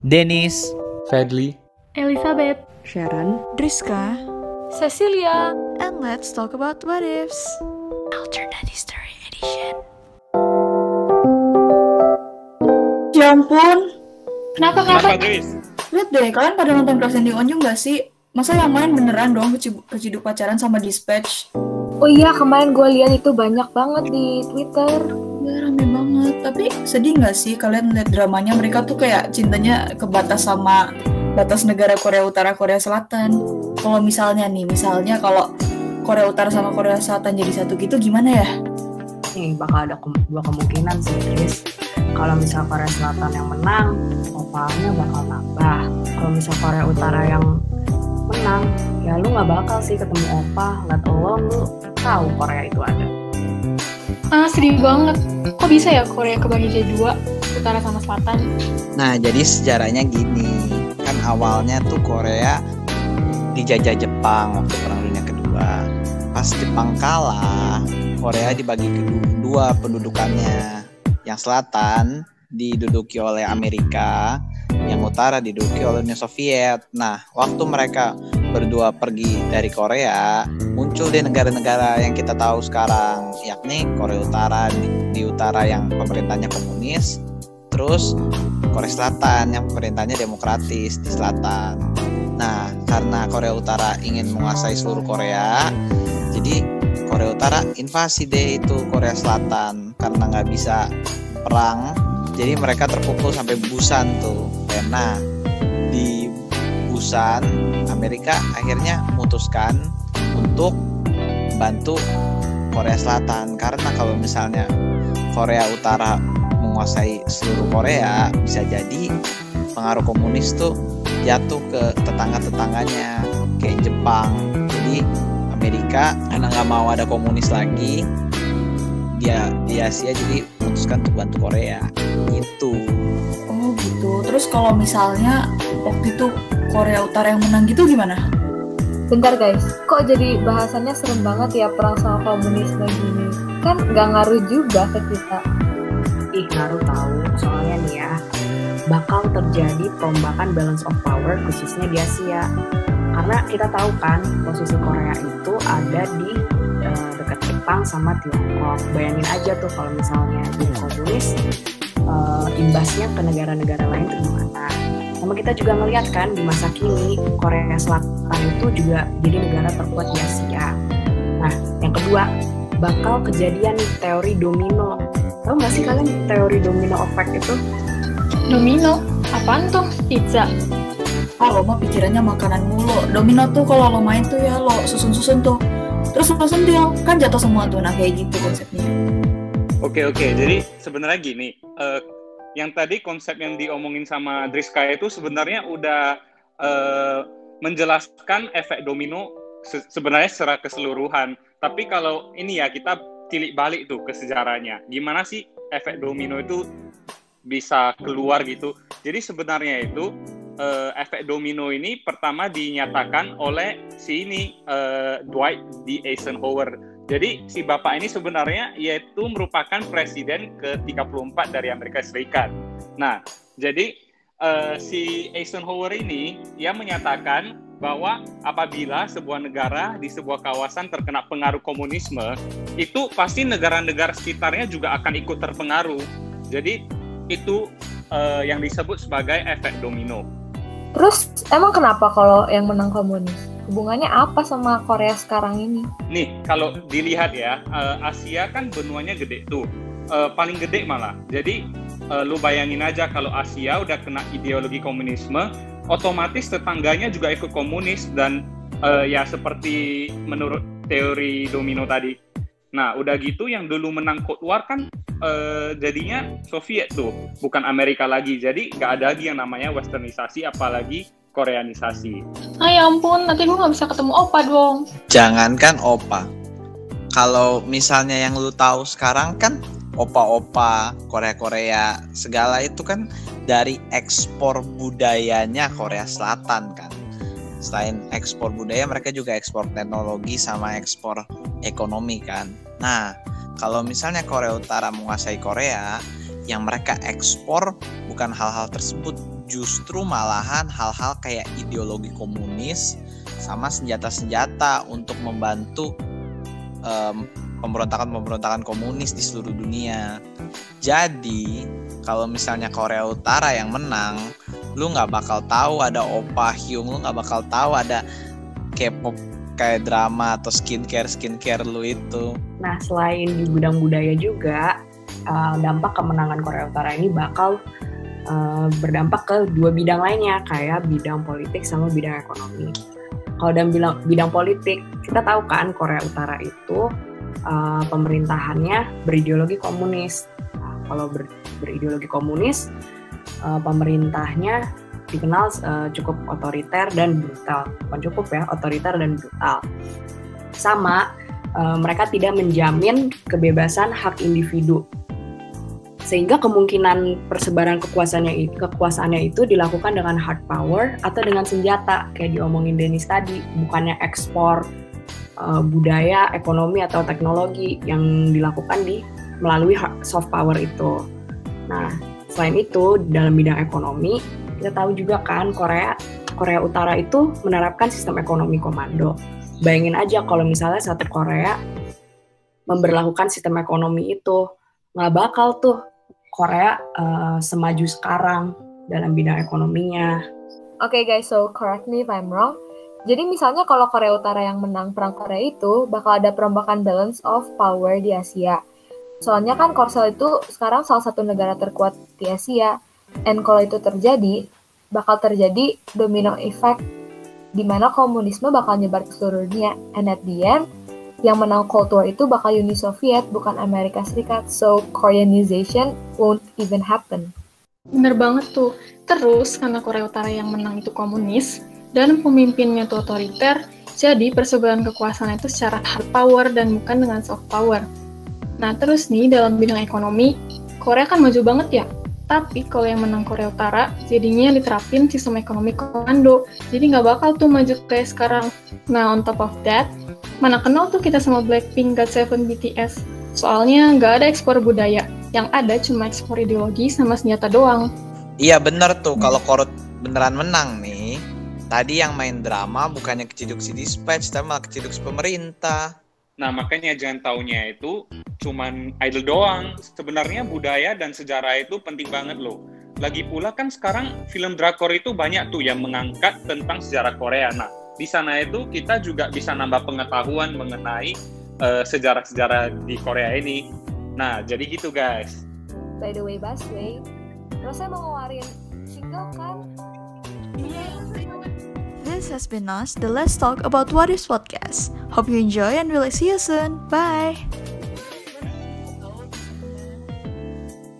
Dennis, Fadli, Elizabeth, Sharon, Driska, Cecilia, and let's talk about what ifs. Alternate History Edition. Ya ampun, Kenapa? Grace? lihat deh, kalian pada nonton Crash Landing on You nggak sih? Masa yang main beneran dong keciduk pacaran sama Dispatch? Oh iya, kemarin gue lihat itu banyak banget di Twitter. Ya rame banget, tapi sedih nggak sih kalian lihat dramanya? Mereka tuh kayak cintanya kebatas sama batas negara Korea Utara, Korea Selatan. Kalau misalnya kalau Korea Utara sama Korea Selatan jadi satu gitu gimana ya? Nih bakal ada dua kemungkinan sih, Chris. Kalau misal Korea Selatan yang menang, opalnya bakal nambah. Kalau misal Korea Utara yang menang, ya lu nggak bakal sih ketemu opa, let alone lu tahu Korea itu ada. Sedih banget. Kok bisa ya Korea kebagi jadi dua, Utara sama Selatan? nah jadi sejarahnya gini, kan awalnya tuh Korea dijajah Jepang waktu Perang Dunia Kedua. Pas Jepang kalah, Korea dibagi kedua pendudukannya. Yang selatan diduduki oleh Amerika, yang utara diduduki oleh Uni Soviet. Nah, waktu mereka berdua pergi dari Korea, muncul deh negara-negara yang kita tahu sekarang, yakni Korea Utara di utara yang pemerintahnya komunis, terus Korea Selatan yang pemerintahnya demokratis di selatan. Nah, karena Korea Utara ingin menguasai seluruh Korea, jadi Korea Utara invasi deh itu Korea Selatan. Karena nggak bisa perang, jadi mereka terpukul sampai Busan tuh. Nah, di Busan, Amerika akhirnya memutuskan untuk bantu Korea Selatan. Karena kalau misalnya Korea Utara menguasai seluruh Korea, bisa jadi pengaruh komunis tuh jatuh ke tetangga-tetangganya kayak Jepang. Jadi Amerika karena nggak mau ada komunis lagi, dia di Asia jadi memutuskan untuk bantu Korea gitu. Oh gitu. Terus kalau misalnya waktu itu Korea Utara yang menang gitu gimana? Bentar guys, kok jadi bahasannya serem banget ya perang sama komunisme gini? Kan nggak ngaruh juga ke kita. Ih, ngaruh tahu. Soalnya nih ya, bakal terjadi perombakan balance of power khususnya di Asia. Karena kita tahu kan posisi Korea itu ada di dekat Jepang sama Tiongkok. Bayangin aja tuh kalau misalnya jadi komunis, imbasnya ke negara-negara lain itu gimana. Sama kita juga ngeliat kan di masa kini Korea Selatan itu juga jadi negara terkuat di Asia. Nah, yang kedua bakal kejadian nih teori domino. Tahu nggak sih kalian teori domino effect itu? Domino? Apaan tuh? Pizza? Lo mah pikirannya makanan mulu. Domino tuh kalau lo main tuh ya lo susun-susun tuh, terus lo sentil, kan jatuh semua tuh. Nah kayak gitu konsepnya. Oke. Jadi sebenarnya gini, yang tadi konsep yang diomongin sama Driska itu sebenarnya udah menjelaskan efek domino sebenarnya secara keseluruhan. Tapi kalau ini ya kita tilik balik tuh ke sejarahnya. Gimana sih efek domino itu bisa keluar gitu? Jadi sebenarnya itu efek domino ini pertama dinyatakan oleh Dwight D. Eisenhower. Jadi si bapak ini sebenarnya yaitu merupakan presiden ke-34 dari Amerika Serikat. Nah, jadi si Eisenhower ini dia menyatakan bahwa apabila sebuah negara di sebuah kawasan terkena pengaruh komunisme, itu pasti negara-negara sekitarnya juga akan ikut terpengaruh. Jadi itu yang disebut sebagai efek domino. Terus emang kenapa kalau yang menang komunis? Hubungannya apa sama Korea sekarang ini? Nih, kalau dilihat ya, Asia kan benuanya gede tuh. Paling gede malah. Jadi, lu bayangin aja kalau Asia udah kena ideologi komunisme, otomatis tetangganya juga ikut komunis. Dan ya seperti menurut teori domino tadi. Nah, udah gitu yang dulu menang Cold War kan jadinya Soviet tuh, bukan Amerika lagi. Jadi nggak ada lagi yang namanya westernisasi, apalagi koreanisasi. Ya ampun, nanti gue nggak bisa ketemu opa dong. Jangankan opa, kalau misalnya yang lu tahu sekarang kan opa-opa Korea-Korea segala itu kan dari ekspor budayanya Korea Selatan kan. Selain ekspor budaya, mereka juga ekspor teknologi sama ekspor ekonomi kan. Nah, kalau misalnya Korea Utara menguasai Korea, yang mereka ekspor bukan hal-hal tersebut, justru malahan hal-hal kayak ideologi komunis sama senjata-senjata untuk membantu pemberontakan komunis di seluruh dunia. Jadi kalau misalnya Korea Utara yang menang, lu nggak bakal tahu ada Oppa Hyung, lu nggak bakal tahu ada K-pop kayak drama atau skincare lu itu. Nah, selain di bidang budaya juga, dampak kemenangan Korea Utara ini bakal berdampak ke dua bidang lainnya, kayak bidang politik sama bidang ekonomi. Kalau dalam bidang politik, kita tahu kan Korea Utara itu pemerintahannya berideologi komunis. Nah, kalau berideologi komunis, pemerintahnya dikenal cukup otoriter dan brutal. Bukan cukup ya, otoriter dan brutal. Sama, mereka tidak menjamin kebebasan hak individu. Sehingga kemungkinan persebaran kekuasaannya itu dilakukan dengan hard power atau dengan senjata, kayak diomongin Dennis tadi, bukannya ekspor budaya, ekonomi, atau teknologi yang dilakukan melalui soft power itu. Nah, selain itu, dalam bidang ekonomi, kita tahu juga kan Korea Utara itu menerapkan sistem ekonomi komando. Bayangin aja kalau misalnya satu Korea memberlakukan sistem ekonomi itu, nggak bakal tuh Korea semaju sekarang dalam bidang ekonominya. Oke guys, so correct me if I'm wrong. Jadi misalnya kalau Korea Utara yang menang perang Korea itu, bakal ada perombakan balance of power di Asia. Soalnya kan Korsel itu sekarang salah satu negara terkuat di Asia. And kalau itu terjadi, bakal terjadi domino effect di mana komunisme bakal nyebar ke seluruh dunia. And at the end, yang menang Cold War itu bakal Uni Soviet, bukan Amerika Serikat. So, Koreanization won't even happen. Bener banget tuh. Terus, karena Korea Utara yang menang itu komunis, dan pemimpinnya itu otoriter, jadi persebaran kekuasaan itu secara hard power dan bukan dengan soft power. Nah, terus nih, dalam bidang ekonomi, Korea kan maju banget ya. Tapi kalau yang menang Korea Utara, jadinya diterapin sistem ekonomi komando. Jadi nggak bakal tuh maju kayak sekarang. Nah, on top of that, mana kenal tuh kita sama Blackpink, GOT7, BTS. Soalnya nggak ada ekspor budaya. Yang ada cuma ekspor ideologi sama senjata doang. Iya bener tuh, kalau Korut beneran menang nih, tadi yang main drama bukannya keciduk si Dispatch, tapi malah keciduk si pemerintah. Nah, makanya jangan taunya itu cuman idol doang. Sebenarnya budaya dan sejarah itu penting banget loh. Lagi pula kan sekarang film drakor itu banyak tuh yang mengangkat tentang sejarah Korea. Nah, di sana itu kita juga bisa nambah pengetahuan mengenai sejarah-sejarah di Korea ini. Nah, jadi gitu guys. By the way, Baswe, terus saya mau ngeluarin single kan? This has been us, the Let's Talk About What If podcast. Hope you enjoy and we'll see you soon. Bye!